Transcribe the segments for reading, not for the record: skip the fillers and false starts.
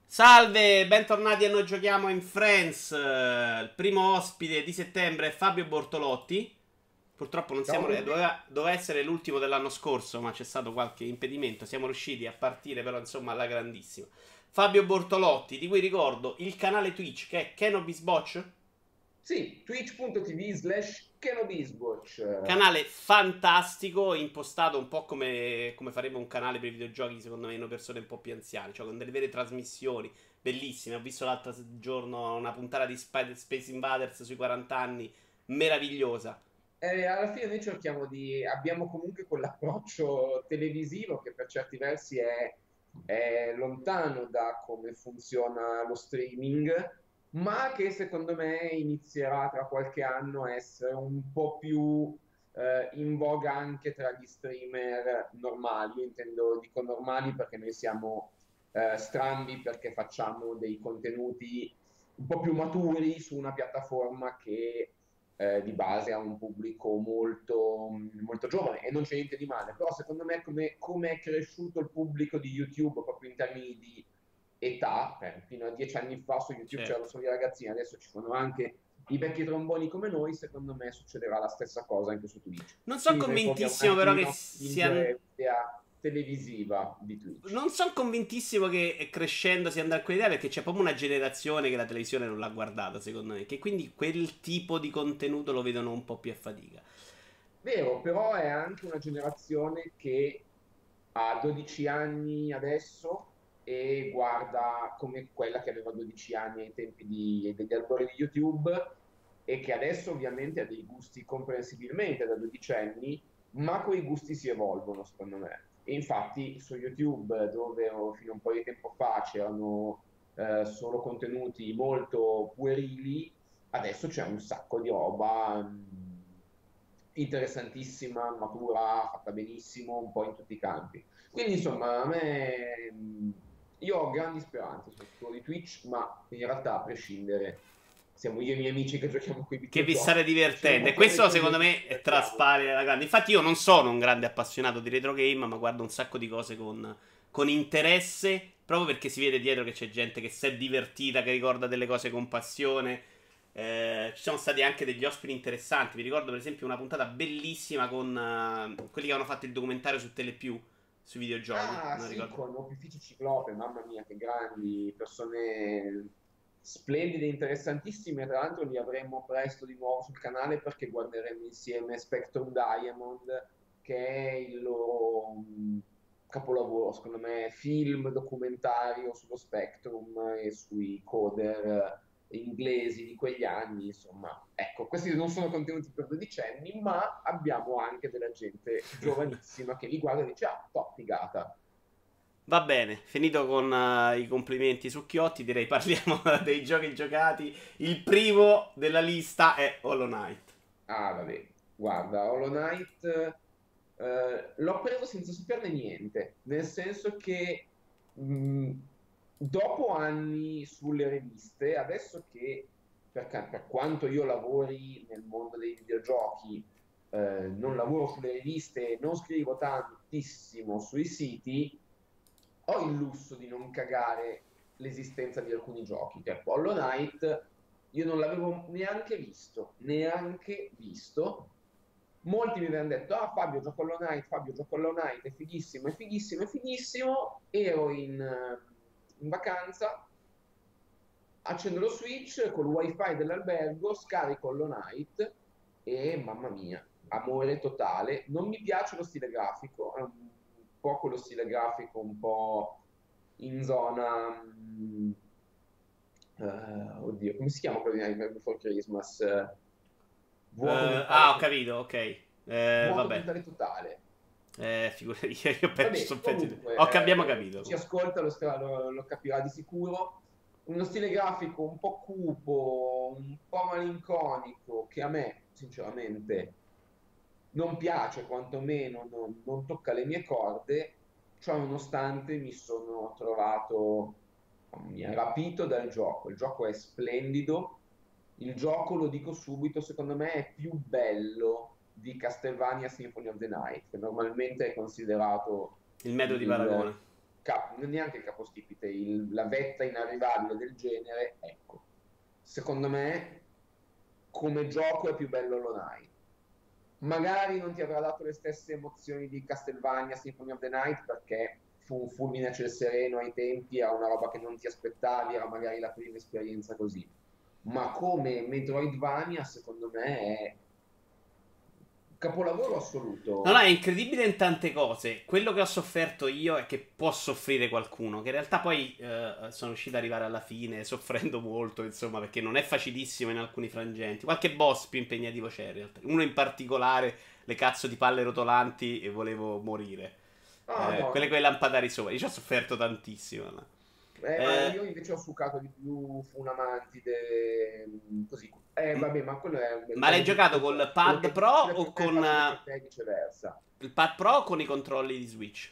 Salve, bentornati a Noi Giochiamo in Friends. Il primo ospite di settembre è Fabio Bortolotti. Purtroppo non Ciao siamo. a tutti. Doveva essere l'ultimo dell'anno scorso, ma c'è stato qualche impedimento. Siamo riusciti a partire, però, insomma, alla grandissima. Fabio Bortolotti, di cui ricordo il canale Twitch che è Kenobisbotch. Sì, twitch.tv/KenoBiswatch. Canale fantastico, impostato un po' come farebbe un canale per i videogiochi, secondo me, una persone un po' più anziane, cioè con delle vere trasmissioni bellissime. Ho visto l'altro giorno una puntata di Space Invaders sui 40 anni, meravigliosa. Alla fine noi abbiamo comunque quell'approccio televisivo che per certi versi è lontano da come funziona lo streaming, ma che secondo me inizierà tra qualche anno a essere un po' più in voga anche tra gli streamer normali. Io dico normali perché noi siamo strambi perché facciamo dei contenuti un po' più maturi su una piattaforma che di base ha un pubblico molto giovane e non c'è niente di male, però secondo me come è cresciuto il pubblico di YouTube proprio in termini di età, fino a 10 anni fa su YouTube c'erano Certo. solo i ragazzini, adesso ci sono anche i vecchi tromboni come noi, secondo me succederà la stessa cosa anche su Twitch. Non sono Quindi noi proviamo un convintissimo però che attimino a sia. spingere l'idea televisiva di Twitch. Non sono convintissimo che crescendo si andrà a quell'idea perché c'è proprio una generazione che la televisione non l'ha guardata, secondo me. Che quindi quel tipo di contenuto lo vedono un po' più a fatica. Vero, però è anche una generazione che ha 12 anni adesso e guarda come quella che aveva 12 anni ai tempi degli albori di YouTube e che adesso ovviamente ha dei gusti comprensibilmente da dodicenni, ma quei gusti si evolvono secondo me. E infatti su YouTube, dove fino a un po' di tempo fa c'erano solo contenuti molto puerili, adesso c'è un sacco di roba interessantissima, matura, fatta benissimo, un po' in tutti i campi. Quindi insomma, io ho grandi speranze sul futuro di Twitch, ma in realtà a prescindere siamo io e i miei amici che giochiamo qui ai Che vi stare videogiochi, ci divertendo. E guardiamo i questo secondo progetti e ci me è divertiamo. traspare alla grande. Infatti io non sono un grande appassionato di retro game, ma guardo un sacco di cose con interesse, proprio perché si vede dietro che c'è gente che si è divertita, che ricorda delle cose con passione. Ci sono stati anche degli ospiti interessanti. Vi ricordo per esempio una puntata bellissima con quelli che hanno fatto il documentario su Telepiù, sui videogiochi. Ah, Non sì, ricordo. con Opifici Ciclope, mamma mia, che grandi, persone splendide, interessantissime. Tra l'altro li avremo presto di nuovo sul canale perché guarderemo insieme Spectrum Diamond, che è il loro capolavoro, secondo me, film documentario sullo Spectrum e sui coder inglesi di quegli anni, insomma. Ecco, questi non sono contenuti per dodicenni, ma abbiamo anche della gente giovanissima che li guarda e dice, ah, top, figata. Va bene, finito con i complimenti su Chiotti, direi parliamo dei giochi giocati. Il primo della lista è Hollow Knight. Ah, vabbè, guarda, Hollow Knight l'ho preso senza saperne niente, nel senso che mh, dopo anni sulle riviste, adesso che per quanto io lavori nel mondo dei videogiochi, non lavoro sulle riviste, non scrivo tantissimo sui siti, ho il lusso di non cagare l'esistenza di alcuni giochi. Tipo Hollow Knight, io non l'avevo neanche visto, neanche visto. Molti mi avevano detto, ah Fabio, gioco Hollow Knight, Fabio, gioco Hollow Knight, è fighissimo, è fighissimo, è fighissimo. Ero in vacanza, accendo lo Switch col wifi dell'albergo, scarico Hollow Knight e mamma mia, amore totale. Non mi piace lo stile grafico, è un po' quello stile grafico un po' in zona oddio, come si chiama quello di Nightmare Before Christmas? Vuoto mentale, Ho capito, ok. vuoto Vabbè. mentale totale. Figurati, io Vabbè, sono peggio comunque, abbiamo capito. chi ascolta lo capirà di sicuro. Uno stile grafico un po' cupo, un po' malinconico, che a me, sinceramente, non piace, quantomeno non tocca le mie corde, ciò nonostante mi sono trovato, mi ha rapito dal gioco. Il gioco è splendido, il gioco, lo dico subito, secondo me è più bello di Castlevania Symphony of the Night, che normalmente è considerato Il metodo di il, paragone. neanche il capostipite, la vetta inarrivabile del genere, ecco. Secondo me, come gioco è più bello Hollow Knight. Magari non ti avrà dato le stesse emozioni di Castlevania Symphony of the Night, perché fu un fulmine a ciel sereno ai tempi, era una roba che non ti aspettavi, era magari la prima esperienza così. Ma come Metroidvania, secondo me, è un capolavoro No, no, assoluto. è incredibile in tante cose. Quello che ho sofferto io è che può soffrire qualcuno. Che in realtà poi sono riuscito ad arrivare alla fine soffrendo molto, insomma, perché non è facilissimo in alcuni frangenti. Qualche boss più impegnativo c'è in realtà. Uno in particolare, le cazzo di palle rotolanti e volevo morire. Ah, no, Quelle no. con i lampadari sopra. Io ci ho sofferto tantissimo. No? Ma Eh, io invece ho succato di più fu una mantide, così. Vabbè, ma quello è ma l'hai giocato col quello che pad è Pro difficile o per me è con facile per te e viceversa. il pad Pro o con i controlli di Switch?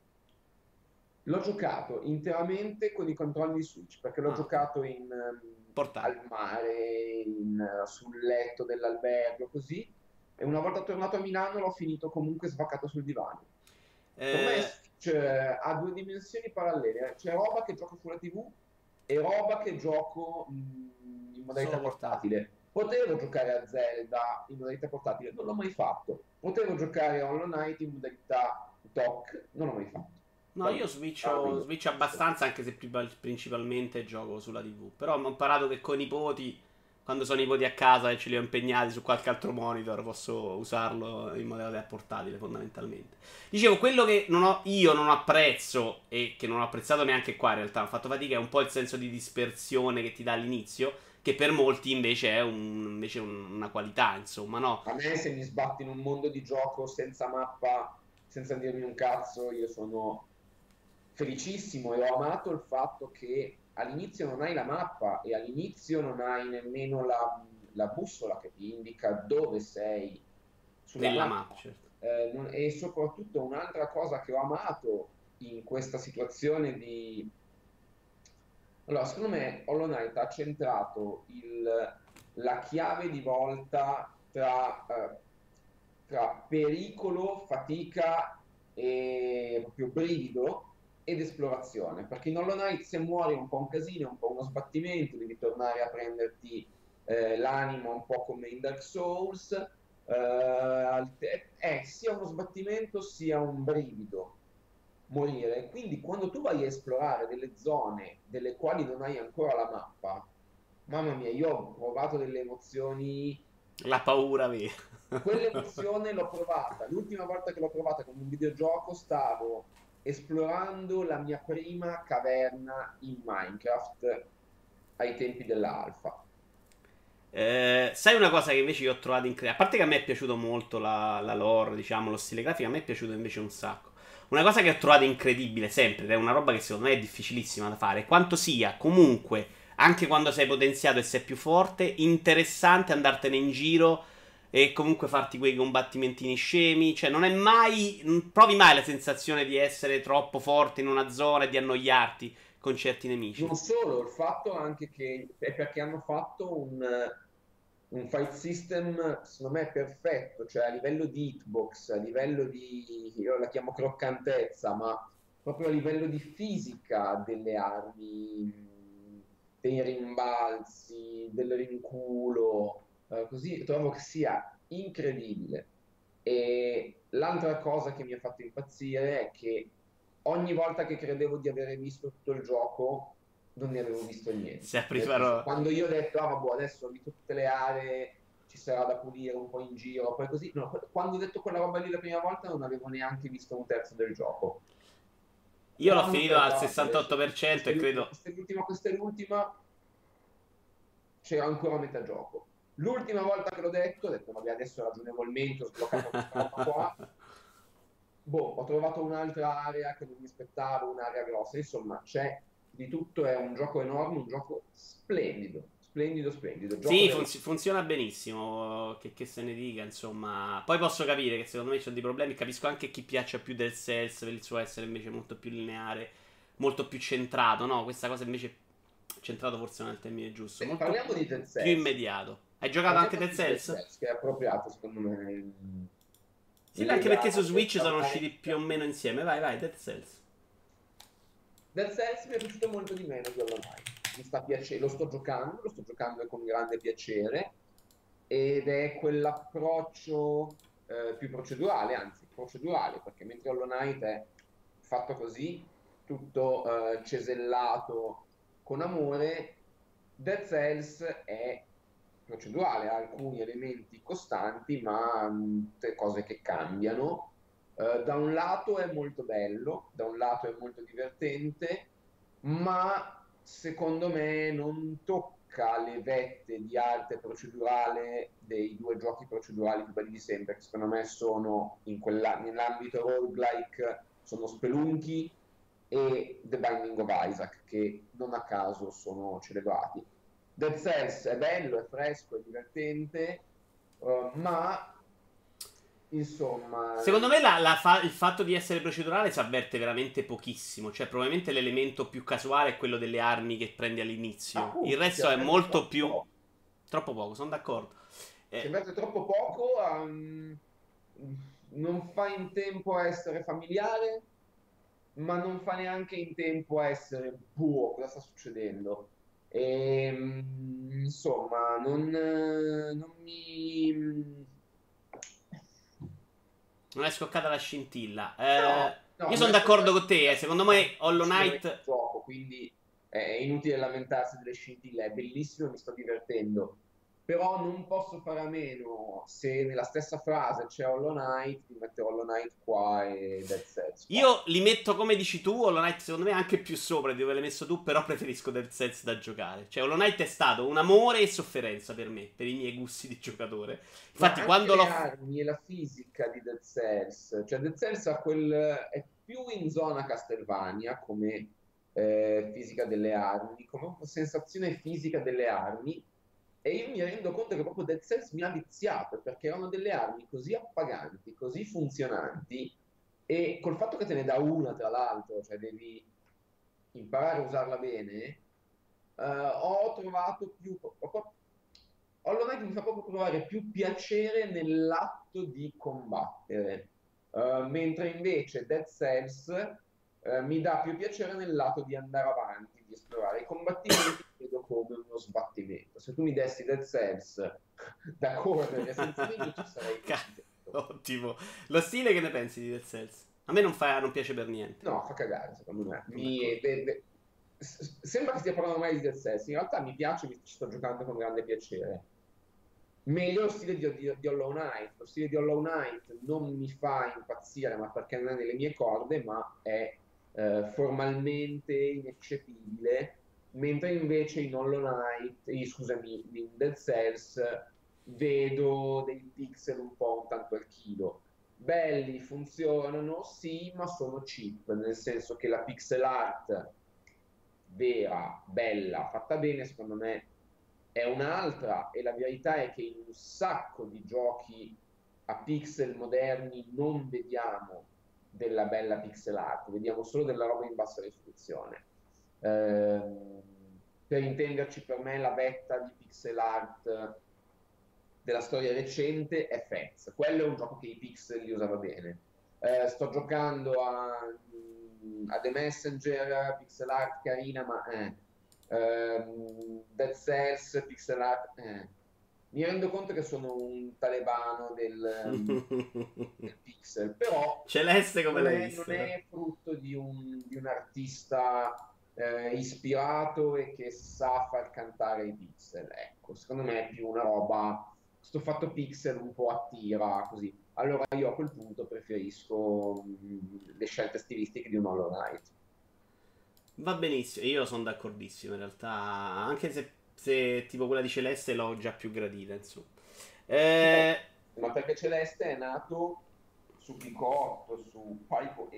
L'ho giocato interamente con i controlli di Switch, perché l'ho Ah, ok. giocato Portatile. al mare, sul letto dell'albergo, così, e una volta tornato a Milano l'ho finito comunque svaccato sul divano. Per me Eh, Switch ha due dimensioni parallele, c'è roba che gioco sulla TV e roba che gioco in solo modalità portatile. portatile. Potevo giocare a Zelda in modalità portatile, non l'ho mai fatto. Potevo giocare a Hollow Knight in modalità dock, non l'ho mai fatto. No, io Vabbè, tranquillo. switch abbastanza, anche se principalmente gioco sulla TV. Però ho imparato che con i nipoti, quando sono i nipoti a casa e ce li ho impegnati su qualche altro monitor, posso usarlo in modalità portatile, fondamentalmente. Dicevo, quello che io non apprezzo, e che non ho apprezzato neanche qua in realtà, ho fatto fatica, è un po' il senso di dispersione che ti dà all'inizio, che per molti invece è una qualità, insomma, no? A me se mi sbatti in un mondo di gioco senza mappa, senza dirmi un cazzo, io sono felicissimo e ho amato il fatto che all'inizio non hai la mappa e all'inizio non hai nemmeno la bussola che ti indica dove sei sulla Nella mappa, mappa. certo. E soprattutto un'altra cosa che ho amato in questa situazione di... Allora, secondo me Hollow Knight ha centrato la chiave di volta tra pericolo, fatica e proprio brivido ed esplorazione. Perché in Hollow Knight se muori è un po' un casino, è un po' uno sbattimento, devi tornare a prenderti l'anima un po' come in Dark Souls. È sia uno sbattimento sia un brivido morire. Quindi quando tu vai a esplorare delle zone delle quali non hai ancora la mappa, mamma mia, io ho provato delle emozioni. La paura vera. Quell'emozione l'ho provata. L'ultima volta che l'ho provata con un videogioco stavo esplorando la mia prima caverna in Minecraft ai tempi dell'alfa. Sai una cosa che invece io ho trovato incredibile? A parte che a me è piaciuto molto la lore, diciamo, lo stile grafico, a me è piaciuto invece un sacco. Una cosa che ho trovato incredibile sempre, ed è una roba che secondo me è difficilissima da fare, è quanto sia comunque, anche quando sei potenziato e sei più forte, interessante andartene in giro e comunque farti quei combattimentini scemi. Cioè, non è mai. Non provi mai la sensazione di essere troppo forte in una zona e di annoiarti con certi nemici. Non solo, il fatto anche che è perché hanno fatto un fight system, secondo me, perfetto, cioè a livello di hitbox, a livello di, io la chiamo croccantezza, ma proprio a livello di fisica delle armi, dei rimbalzi, del rinculo, così trovo che sia incredibile. E l'altra cosa che mi ha fatto impazzire è che ogni volta che credevo di avere visto tutto il gioco, non ne avevo visto Se niente. Nel senso, aprivano. quando io ho detto, ah, vabbè, adesso ho visto tutte le aree, ci sarà da pulire un po' in giro, poi così, no, quando ho detto quella roba lì la prima volta non avevo neanche visto un terzo del gioco. Io l'ho Quando ho finito detto, al ah, vabbè, adesso 68% e credo. questa è l'ultima, c'era ancora metà gioco. L'ultima volta che l'ho detto, ho detto, vabbè, adesso ragionevolmente ho sbloccato questa roba qua, boh, ho trovato un'altra area che non mi aspettavo, un'area grossa, insomma, c'è di tutto, è un gioco enorme, un gioco splendido, splendido, splendido, gioco Sì, da funziona benissimo. Che se ne dica, insomma. Poi posso capire che secondo me ci sono dei problemi. Capisco anche chi piaccia più del Cells per il suo essere invece molto più lineare, molto più centrato. No, questa cosa invece centrato forse non è il termine giusto. Molto Parliamo di Dead più Cells, immediato. Hai giocato anche parliamo Dead di Dead Cells? Cells, che è appropriato secondo me Sì, il anche perché su legame Switch tra sono una usciti più o meno insieme. Vai, vai, Dead Cells. Dead Cells mi è piaciuto molto di meno di Hollow Knight. Mi sta piacendo, lo sto giocando con grande piacere ed è quell'approccio più procedurale, anzi procedurale, perché mentre Hollow Knight è fatto così, tutto cesellato con amore, Dead Cells è procedurale, ha alcuni elementi costanti, ma tutte cose che cambiano. Da un lato è molto bello, da un lato è molto divertente, ma secondo me non tocca le vette di arte procedurale dei due giochi procedurali più belli di sempre, che secondo me sono nell'ambito roguelike, sono Spelunky e The Binding of Isaac, che non a caso sono celebrati. Dead Cells è bello, è fresco, è divertente, ma insomma, Secondo me il fatto di essere procedurale si avverte veramente pochissimo. Cioè, probabilmente l'elemento più casuale è quello delle armi che prendi all'inizio. Il appunto, si resto è avverte molto troppo più. poco. Troppo poco, sono d'accordo. Si Eh, avverte troppo poco, non fa in tempo a essere familiare, ma non fa neanche in tempo a essere boh, cosa sta succedendo? Insomma, non mi... non è scoccata la scintilla. No, no, Io non sono è d'accordo scottato con te. Secondo me Hollow il Knight. gioco, quindi è inutile lamentarsi delle scintille, è bellissimo, mi sto divertendo. Però non posso fare a meno, se nella stessa frase c'è Hollow Knight, di mettere Hollow Knight qua e Dead Cells qua. Io li metto come dici tu. Hollow Knight, secondo me, anche più sopra di dove l'hai messo tu. Però preferisco Dead Cells da giocare. Cioè, Hollow Knight è stato un amore e sofferenza per me, per i miei gusti di giocatore. Ma Infatti, anche quando le l'ho. armi e la fisica di Dead Cells, cioè Dead Cells ha è più in zona Castlevania come fisica delle armi, come sensazione fisica delle armi, e io mi rendo conto che proprio Dead Cells mi ha viziato perché erano delle armi così appaganti, così funzionanti, e col fatto che te ne dà una tra l'altro, cioè devi imparare a usarla bene, ho trovato Hollow Knight mi fa proprio provare più piacere nell'atto di combattere, mentre invece Dead Cells mi dà più piacere nell'atto di andare avanti, di esplorare. I combattimenti li vedo come uno sbattimento. Se tu mi dessi Dead Cells da correre senza nemici sarei contento. Ottimo. Lo stile che ne pensi di Dead Cells? A me non piace per niente. No, fa cagare, secondo me. Sono d'accordo. Sembra che stia parlando mai di Dead Cells, in realtà mi piace, mi ci sto giocando con grande piacere. Meglio lo stile di Hollow Knight. Lo stile di Hollow Knight non mi fa impazzire, ma perché non è nelle mie corde, ma è formalmente ineccepibile, mentre invece in Hollow Knight, scusami, in Dead Cells vedo dei pixel un po' un tanto al chilo. Belli, funzionano, sì, ma sono cheap, nel senso che la pixel art vera, bella, fatta bene, secondo me è un'altra, e la verità è che in un sacco di giochi a pixel moderni non vediamo della bella pixel art, vediamo solo della roba in bassa risoluzione. Ehm, per intenderci, per me la vetta di pixel art della storia recente è Fez. Quello è un gioco che i pixel li usava bene. Sto giocando a The Messenger, pixel art carina, ma Dead Cells, pixel art. Mi rendo conto che sono un talebano del pixel, però Celeste come l'hai non visto? è frutto di un artista ispirato e che sa far cantare i pixel. Ecco, secondo me è più una roba, sto fatto pixel un po' attira così. Allora io a quel punto preferisco le scelte stilistiche di un Hollow Knight. Va benissimo, io sono d'accordissimo in realtà, anche se tipo quella di Celeste l'ho già più gradita, insomma. Eh, Ma perché Celeste è nato su Picotto, su Pipe 8,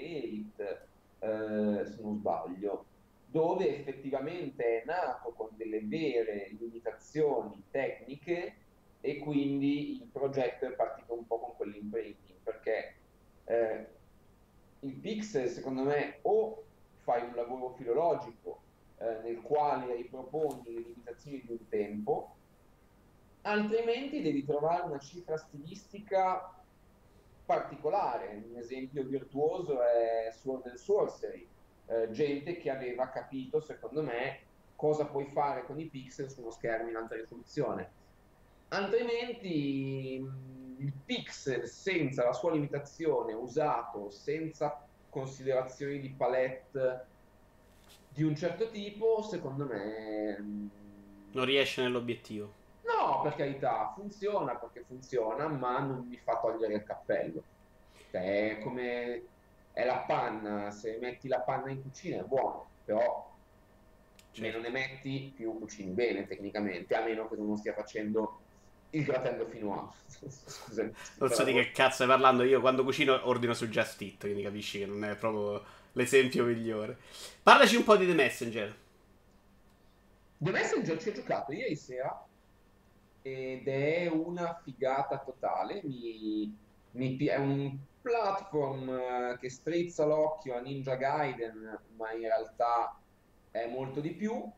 se non sbaglio, dove effettivamente è nato con delle vere limitazioni tecniche, e quindi il progetto è partito un po' con quell'imprinting, perché eh, il pixel, secondo me, o fai un lavoro filologico nel quale riproponi le limitazioni di un tempo, altrimenti devi trovare una cifra stilistica particolare. Un esempio virtuoso è Sword and Sorcery, gente che aveva capito, secondo me, cosa puoi fare con i pixel su uno schermo in alta risoluzione. Altrimenti il pixel senza la sua limitazione, usato senza considerazioni di palette di un certo tipo, secondo me Non riesce nell'obiettivo. no, per carità, funziona perché funziona, ma non mi fa togliere il cappello. Cioè, è come è la panna, se metti la panna in cucina è buono, però meno Certo. ne metti, più cucini bene tecnicamente, a meno che tu non stia facendo il gratello fino a... Scusami, Non scusa so la di voce. che cazzo stai parlando. Io quando cucino ordino su Just Eat, quindi capisci che non è proprio l'esempio migliore. Parlaci un po' di The Messenger. The Messenger ci ho giocato ieri sera ed è una figata totale. È un platform che strizza l'occhio a Ninja Gaiden, ma in realtà è molto di più,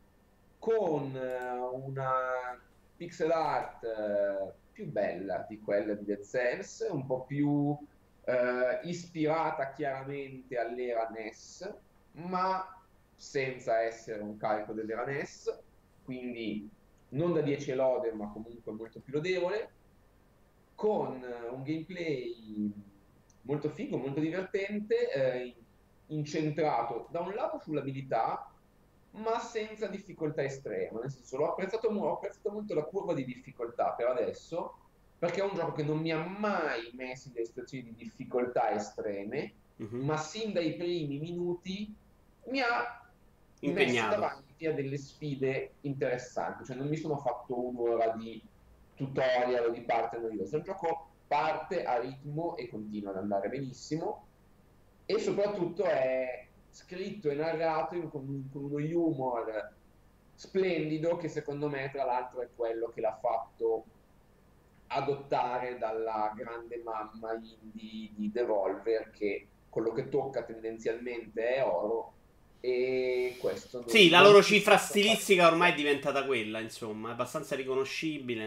con una pixel art più bella di quella di Dead Cells, un po' più ispirata chiaramente all'era NES, ma senza essere un calco dell'era NES, quindi non da 10 lode, ma comunque molto più lodevole, con un gameplay molto figo, molto divertente, incentrato da un lato sull'abilità, ma senza difficoltà estrema. Nel senso, ho apprezzato molto la curva di difficoltà per adesso, perché è un gioco che non mi ha mai messo in delle situazioni di difficoltà estreme, Mhm. ma sin dai primi minuti mi ha messo Impegnato. davanti a delle sfide interessanti. Cioè, non mi sono fatto un'ora di tutorial o di parte noiosa. Il gioco parte a ritmo e continua ad andare benissimo e soprattutto è scritto e narrato con uno humor splendido che secondo me tra l'altro è quello che l'ha fatto adottare dalla grande mamma indie di Devolver che quello che tocca tendenzialmente è oro e questo Sì, la non loro mi cifra posso fare stilistica ormai è dire. diventata quella, insomma, è abbastanza riconoscibile,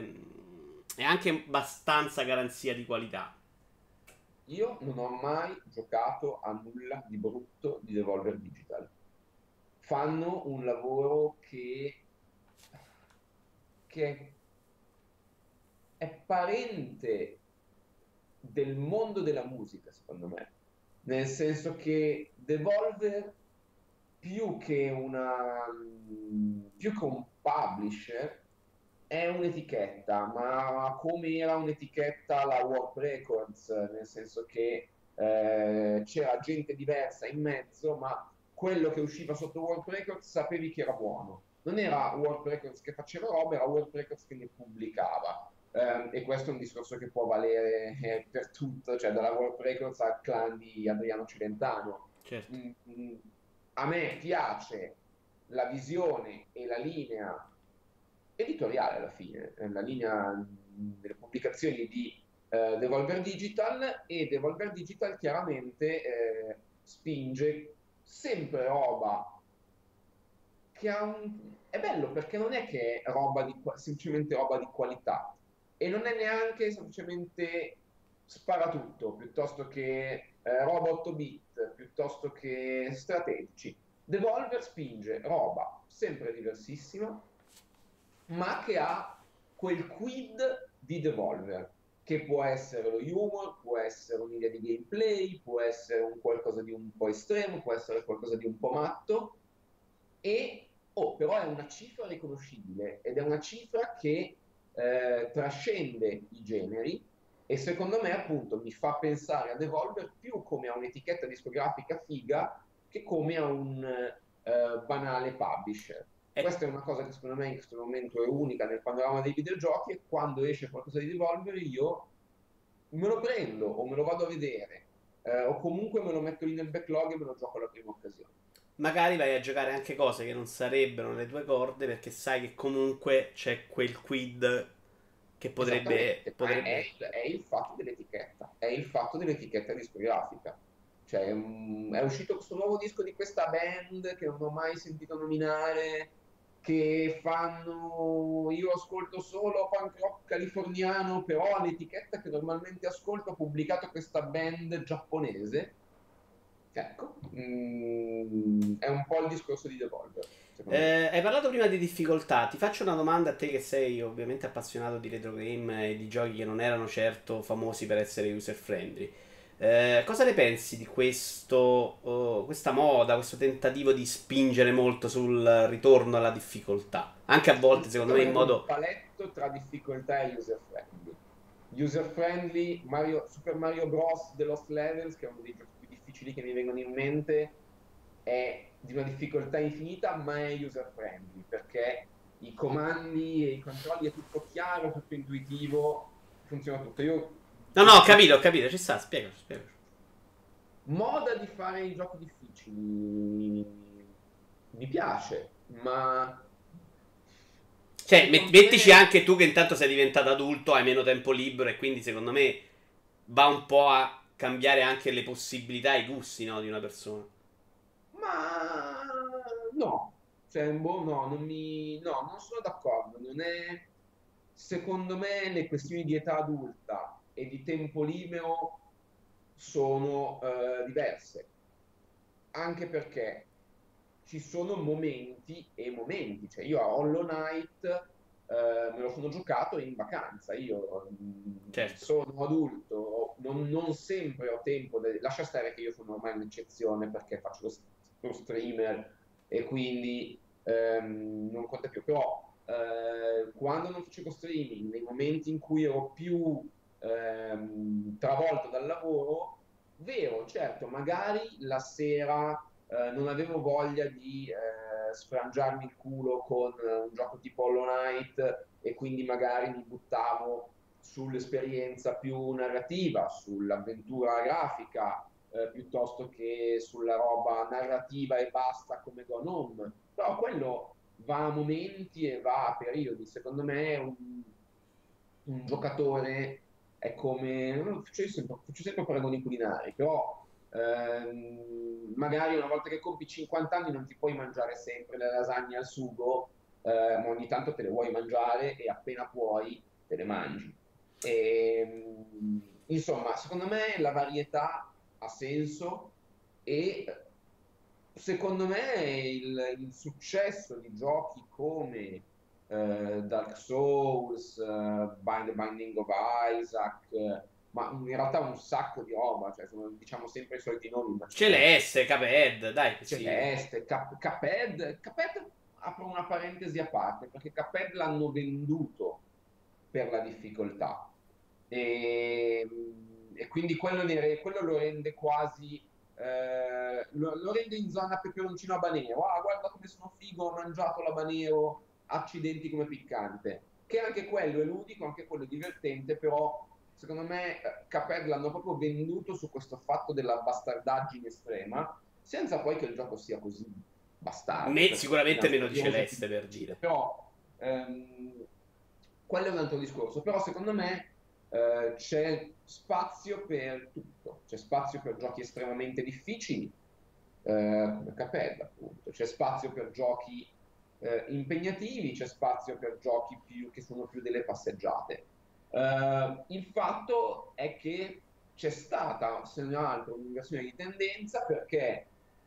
è anche abbastanza garanzia di qualità. Io non ho mai giocato a nulla di brutto di Devolver Digital. Fanno un lavoro che è parente del mondo della musica, secondo me. Nel senso che Devolver, più che un publisher, è un'etichetta, ma come era un'etichetta la Warp Records, nel senso che c'era gente diversa in mezzo, ma quello che usciva sotto Warp Records sapevi che era buono. Non era Warp Records che faceva roba, era Warp Records che ne pubblicava. E questo è un discorso che può valere per tutto, cioè dalla Warp Records al clan di Adriano Cilentano. Certo. A me piace la visione e la linea editoriale alla fine, la linea delle pubblicazioni di Devolver Digital e Devolver Digital chiaramente spinge sempre roba che ha un... È bello perché non è che è semplicemente roba di qualità e non è neanche semplicemente sparatutto, piuttosto che roba 8 bit, piuttosto che strategici. Devolver spinge roba sempre diversissima, ma che ha quel quid di Devolver, che può essere lo humor, può essere un'idea di gameplay, può essere un qualcosa di un po' estremo, può essere qualcosa di un po' matto, però è una cifra riconoscibile ed è una cifra che trascende i generi e secondo me appunto mi fa pensare a Devolver più come a un'etichetta discografica figa che come a un banale publisher. E Questa è una cosa che secondo me in questo momento è unica nel panorama dei videogiochi e quando esce qualcosa di Devolver io me lo prendo o me lo vado a vedere o comunque me lo metto lì nel backlog e me lo gioco alla prima occasione. magari vai a giocare anche cose che non sarebbero le tue corde perché sai che comunque c'è quel quid che Esattamente, ma potrebbe... è il fatto dell'etichetta, è il fatto dell'etichetta discografica. Cioè, è uscito questo nuovo disco di questa band che non ho mai sentito nominare, che fanno, io ascolto solo punk rock californiano, però l'etichetta che normalmente ascolto ha pubblicato questa band giapponese Ecco, è un po' il discorso di Devolver, secondo me. Hai parlato prima di difficoltà, ti faccio una domanda a te che sei ovviamente appassionato di retro game e di giochi che non erano certo famosi per essere user friendly. Cosa ne pensi di questa moda, questo tentativo di spingere molto sul ritorno alla difficoltà? Anche a volte, secondo Secondo me, me in è un modo... paletto tra difficoltà e user friendly. User friendly, Super Mario Bros. The Lost Levels, che è uno dei giochi più difficili che mi vengono in mente, è di una difficoltà infinita, ma è user friendly, perché i comandi e i controlli è tutto chiaro, tutto intuitivo, funziona tutto. Io No, no, ho capito, ci sta, spiegaci, spiegaci. moda di fare i giochi difficili mi piace, ma Cioè, secondo mettici me, anche tu che intanto sei diventato adulto, hai meno tempo libero e quindi secondo me va un po' a cambiare anche le possibilità e i gusti, no, di una persona. ma no, cioè, boh, no, no, non sono d'accordo. Non è, secondo me, le questioni di età adulta e di tempo libero sono diverse, anche perché ci sono momenti e momenti, cioè io a Hollow Knight me lo sono giocato in vacanza, io Certo. sono adulto, non sempre ho tempo, lascia stare che io sono ormai un'eccezione perché faccio lo streamer e quindi non conta più, però quando non facevo streaming, nei momenti in cui ero più travolto dal lavoro, vero, certo, magari la sera non avevo voglia di sfrangiarmi il culo con un gioco tipo Hollow Knight e quindi magari mi buttavo sull'esperienza più narrativa, sull'avventura grafica, piuttosto che sulla roba narrativa e basta come Gone Home. Però quello va a momenti e va a periodi. Secondo me un giocatore è come... faccio sempre paragoni culinari, però magari una volta che compi 50 anni non ti puoi mangiare sempre le lasagne al sugo, ma ogni tanto te le vuoi mangiare e appena puoi te le mangi. Insomma, secondo me la varietà ha senso e secondo me il successo di giochi come Dark Souls, The Binding of Isaac, ma in realtà un sacco di roba, cioè diciamo sempre i soliti nomi, ma ce n'è Celeste, Cuphead, dai, sì. Celeste, Cuphead apro una parentesi a parte, perché Cuphead l'hanno venduto per la difficoltà e, e quindi quello lo rende quasi lo rende in zona peperoncino habanero. Ah, guarda come sono figo, ho mangiato l'habanero, accidenti come piccante. Che anche quello è ludico, anche quello è divertente, però secondo me Cuphead l'hanno proprio venduto su questo fatto della bastardaggine estrema, senza poi che il gioco sia così bastardo, perché è Sicuramente meno di finanziariamente più Celeste, per difficile. dire. Però quello è un altro discorso. Però secondo me c'è spazio per tutto, c'è spazio per giochi estremamente difficili, come Cuphead appunto, c'è spazio per giochi impegnativi, c'è spazio per giochi che sono più delle passeggiate. Il fatto è che c'è stata, se non altro, un'inversione di tendenza perché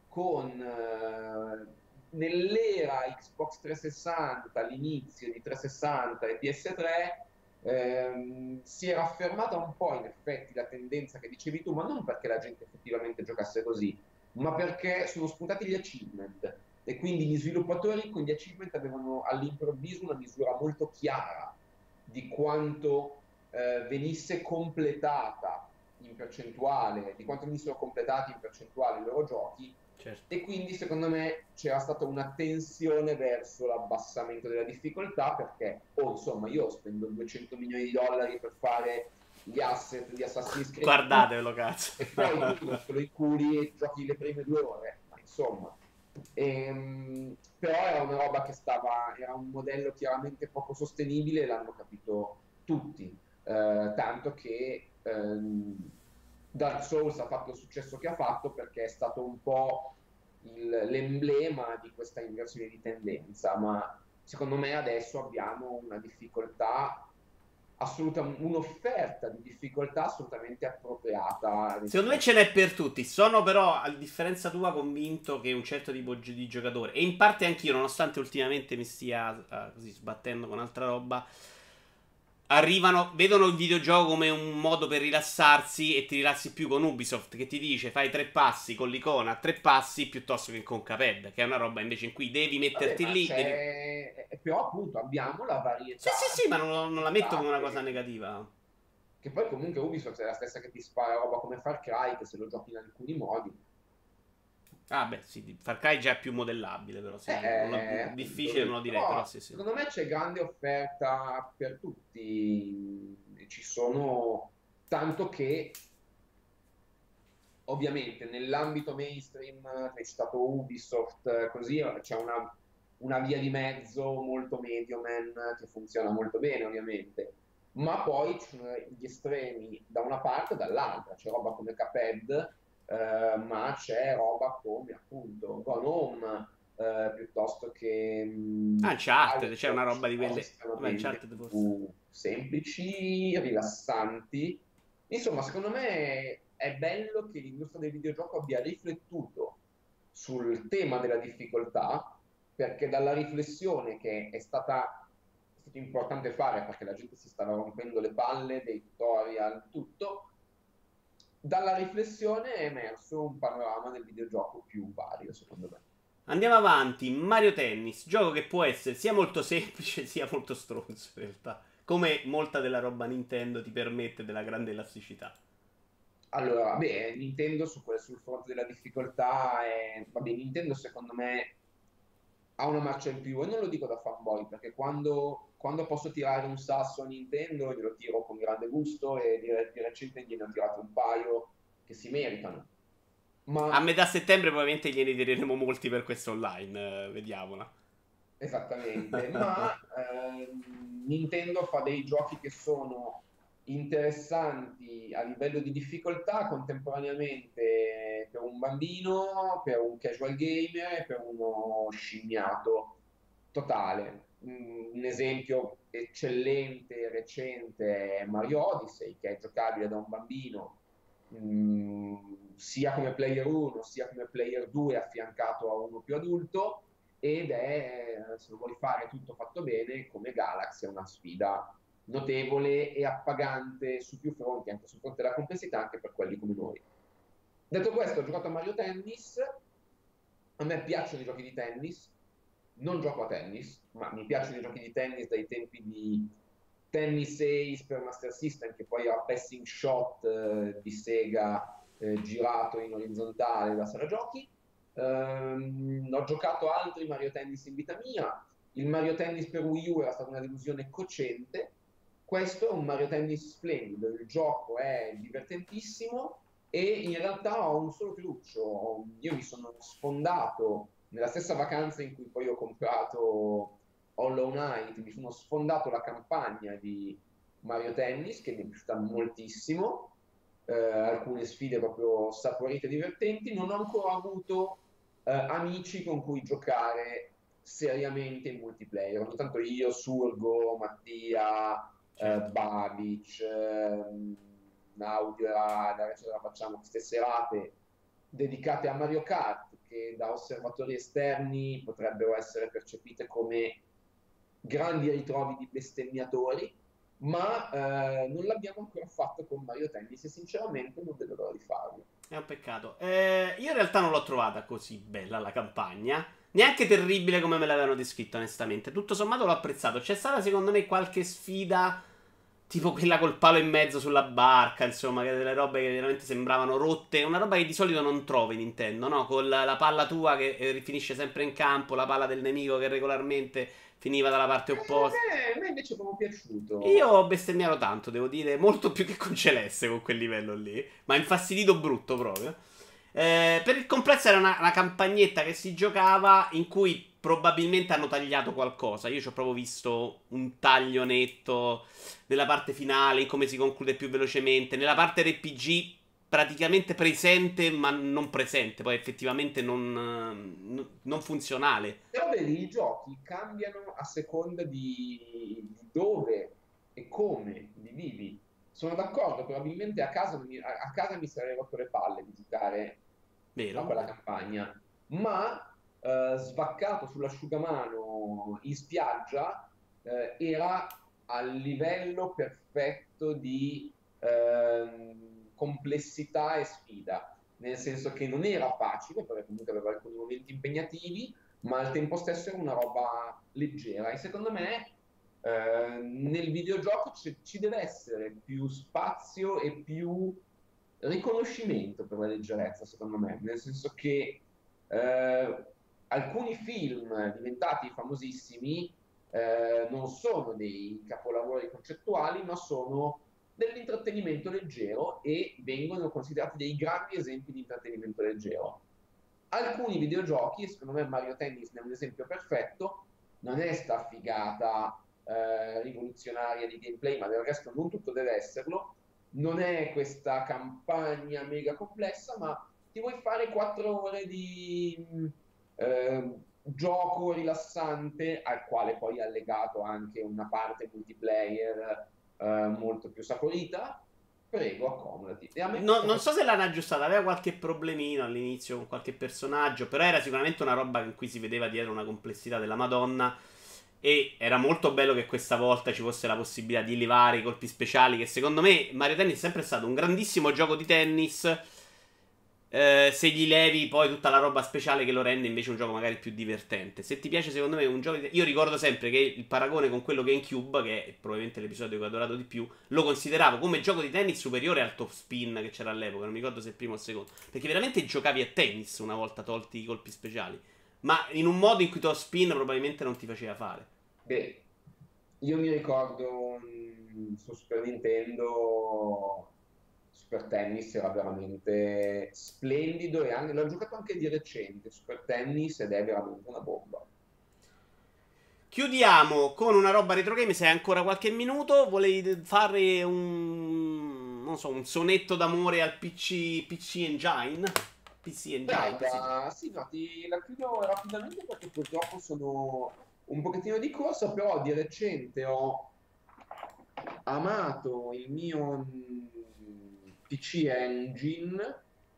nell'era Xbox 360, all'inizio di 360 e PS3, si era affermata un po' in effetti la tendenza che dicevi tu, ma non perché la gente effettivamente giocasse così, ma perché sono spuntati gli achievement e quindi gli sviluppatori con gli achievement avevano all'improvviso una misura molto chiara di quanto venisse completata in percentuale, di quanto venissero completati in percentuale i loro giochi Certo. e quindi secondo me c'era stata una tensione verso l'abbassamento della difficoltà perché, oh insomma, io spendo 200 milioni di dollari per fare gli asset di Assassin's Creed Guardatevelo, cazzo. e poi tu non te lo inculi e giochi le prime 2 ore, ma insomma. Però era una roba era un modello chiaramente poco sostenibile e l'hanno capito tutti, tanto che Dark Souls ha fatto il successo che ha fatto perché è stato un po' l'emblema di questa inversione di tendenza, ma secondo me adesso abbiamo una difficoltà un'offerta di difficoltà assolutamente appropriata Secondo me rispetto. ce n'è per tutti. Sono però, a differenza tua, convinto che un certo tipo di giocatore, e in parte anch'io, nonostante ultimamente mi stia così sbattendo con altra roba, arrivano, vedono il videogioco come un modo per rilassarsi e ti rilassi più con Ubisoft che ti dice fai tre passi con l'icona a tre passi piuttosto che con Cuphead, che è una roba invece in cui devi Vabbè, metterti ma lì, devi... però appunto abbiamo la Sì, sì, sì, varietà ma di non la metto come difficoltà una cosa negativa. che poi comunque Ubisoft è la stessa che ti spara roba come Far Cry, che se lo giochi in alcuni modi. Ah, beh, sì, Far Cry già è più modellabile, però sì, Appunto, difficile non vedi. lo direi, però Però sì, sì. secondo me c'è grande offerta per tutti. Ci sono tanto che ovviamente nell'ambito mainstream, che è stato Ubisoft, così c'è una via di mezzo molto medioman che funziona molto bene, ovviamente. Ma poi ci sono gli estremi da una parte e dall'altra. C'è roba come Cuphead, ma c'è roba come appunto Gone Home, piuttosto che Uncharted, c'è una Firewatch, roba di cose quelle... Vabbè, estremamente Uncharted forse. più semplici, rilassanti. Insomma, secondo me è bello che l'industria del videogioco abbia riflettuto sul tema della difficoltà, perché dalla riflessione che è stato importante fare perché la gente si stava rompendo le palle dei tutorial, tutto, dalla riflessione è emerso un panorama del videogioco più vario, secondo me. Andiamo avanti, Mario Tennis, gioco che può essere sia molto semplice sia molto stronzo in realtà, come molta della roba Nintendo ti permette della grande elasticità. Allora, beh, Nintendo sul fronte della difficoltà, vabbè, Nintendo secondo me ha una marcia in più e non lo dico da fanboy perché quando posso tirare un sasso a Nintendo glielo tiro con grande gusto e di recente gliene ho tirato un paio che si meritano. A Ma metà settembre probabilmente gliene diremo molti per questo online, vediamola. esattamente, ma Nintendo fa dei giochi che sono interessanti a livello di difficoltà contemporaneamente per un bambino, per un casual gamer e per uno scimmiato totale. Un esempio eccellente e recente è Mario Odyssey, che è giocabile da un bambino sia come player 1 sia come player 2 affiancato a uno più adulto ed è, se lo vuoi fare tutto fatto bene, come Galaxy è una sfida notevole e appagante su più fronti, anche sul fronte della complessità, anche per quelli come noi. Detto questo, ho giocato a Mario Tennis, a me piacciono i giochi di tennis, non gioco a tennis, ma mi piacciono i giochi di tennis dai tempi di Tennis Ace per Master System, che poi ha Passing Shot di Sega girato in orizzontale da sala giochi. Ho giocato altri Mario Tennis in vita mia. Il Mario Tennis per Wii U era stata una delusione cocente. Questo è un Mario Tennis splendido. Il gioco è divertentissimo e in realtà ho un solo cruccio. Io mi sono sfondato nella stessa vacanza in cui poi ho comprato Hollow Knight, mi sono sfondato la campagna di Mario Tennis che mi è piaciuta moltissimo, alcune sfide proprio saporite e divertenti. Non ho ancora avuto amici con cui giocare seriamente in multiplayer. Ogni tanto io, Surgo, Mattia, Certo. Babic, Audio e Radar, eccetera, facciamo queste serate dedicate a Mario Kart che da osservatori esterni potrebbero essere percepite come grandi ritrovi di bestemmiatori, ma non l'abbiamo ancora fatto con Mario Tennis e sinceramente non vedo l'ora di farlo. È un peccato. Io in realtà non l'ho trovata così bella la campagna. Neanche terribile come me l'avevano descritto, onestamente. Tutto sommato l'ho apprezzato. C'è stata, secondo me, qualche sfida. Tipo quella col palo in mezzo sulla barca, insomma, che delle robe che veramente sembravano rotte. Una roba che di solito non trovi Nintendo, no? Con la palla tua che finisce sempre in campo, la palla del nemico che regolarmente finiva dalla parte opposta. A me invece è proprio Io piaciuto. ho bestemmiato tanto, devo dire, molto più che con Celeste con quel livello lì, ma infastidito brutto proprio. Per il complesso era una campagnetta che si giocava in cui probabilmente hanno tagliato qualcosa. Io ci ho proprio visto un taglio netto nella parte finale, in come si conclude più velocemente. Nella parte RPG praticamente presente, ma non presente, poi effettivamente non funzionale. Però vedi, i giochi cambiano a seconda di dove. e come li vivi. Sono d'accordo, probabilmente a casa mi sarei rotto le palle di giocare a Vero, quella vero. campagna, ma svaccato sull'asciugamano in spiaggia era al livello perfetto di complessità e sfida, nel senso che non era facile, perché comunque aveva alcuni momenti impegnativi, ma al tempo stesso era una roba leggera e secondo me nel videogioco ci deve essere più spazio e più riconoscimento per la leggerezza, secondo me, nel senso che alcuni film diventati famosissimi non sono dei capolavori concettuali, ma sono dell'intrattenimento leggero e vengono considerati dei grandi esempi di intrattenimento leggero. Alcuni videogiochi, secondo me Mario Tennis è un esempio perfetto, non è sta figata rivoluzionaria di gameplay, ma del resto non tutto deve esserlo, non è questa campagna mega complessa, ma ti vuoi fare 4 ore di gioco rilassante al quale poi è allegato anche una parte multiplayer molto più saporita, prego, accomodati. E a me Non so se l'hanno aggiustata, aveva qualche problemino all'inizio con qualche personaggio, però era sicuramente una roba in cui si vedeva dietro una complessità della Madonna. E era molto bello che questa volta ci fosse la possibilità di elevare i colpi speciali. Che secondo me Mario Tennis è sempre stato un grandissimo gioco di tennis. Se gli levi poi tutta la roba speciale che lo rende invece un gioco magari più divertente. Se ti piace, secondo me, un gioco di. Io ricordo sempre che il paragone con quello GameCube, che è probabilmente l'episodio che ho adorato di più, lo consideravo come gioco di tennis superiore al top spin che c'era all'epoca. Non mi ricordo se il primo o il secondo. Perché veramente giocavi a tennis una volta tolti i colpi speciali. Ma in un modo in cui top spin probabilmente non ti faceva fare. Beh, io mi ricordo su Super Nintendo, Super Tennis era veramente splendido e anche, l'ho giocato anche di recente, Super Tennis, ed è veramente una bomba. Chiudiamo con una roba retro game. Se hai ancora qualche minuto, volevi fare un. Non so, un sonetto d'amore al PC Engine? PC Engine, sì. Guarda, sì, no, la chiudo rapidamente perché purtroppo sono un pochettino di corsa, però di recente ho amato il mio PC Engine.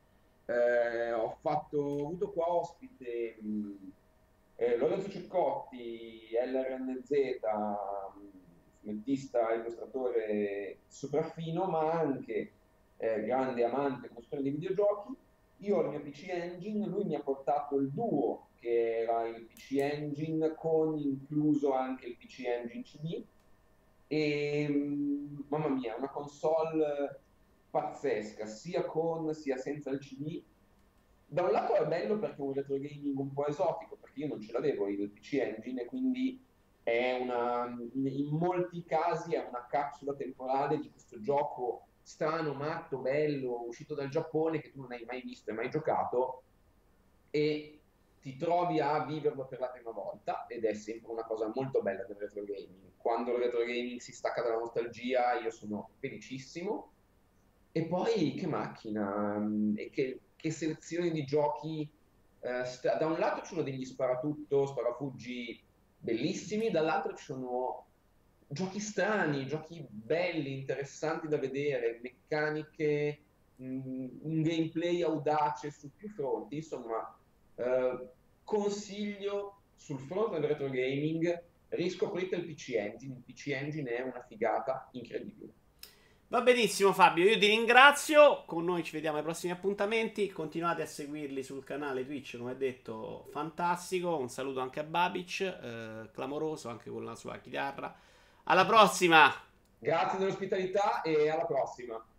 Ho avuto qua ospite Lorenzo Ceccotti, LRNZ, fumettista e illustratore sopraffino, ma anche grande amante e conoscitore di videogiochi. Io ho il mio PC Engine, lui mi ha portato il Duo, che era il PC Engine con incluso anche il PC Engine CD. E mamma mia, una console pazzesca, sia con sia senza il CD. Da un lato è bello perché è un retro gaming un po' esotico, perché io non ce l'avevo il PC Engine e quindi in molti casi è una capsula temporale di questo gioco strano, matto, bello, uscito dal Giappone che tu non hai mai visto e mai giocato e ti trovi a viverlo per la prima volta ed è sempre una cosa molto bella del retro gaming. Quando il retro gaming si stacca dalla nostalgia io sono felicissimo e poi che macchina e che selezione di giochi. Da un lato ci sono degli sparatutto, sparafuggi bellissimi, dall'altro ci sono giochi strani, giochi belli, interessanti da vedere, meccaniche, un gameplay audace su più fronti. Insomma, consiglio sul fronte del retro gaming, riscoprite il PC Engine. Il PC Engine è una figata incredibile. Va benissimo Fabio, io ti ringrazio. Con noi ci vediamo ai prossimi appuntamenti. Continuate a seguirli sul canale Twitch, come detto, fantastico. Un saluto anche a Babic, clamoroso anche con la sua chitarra. Alla prossima! Grazie dell'ospitalità e alla prossima.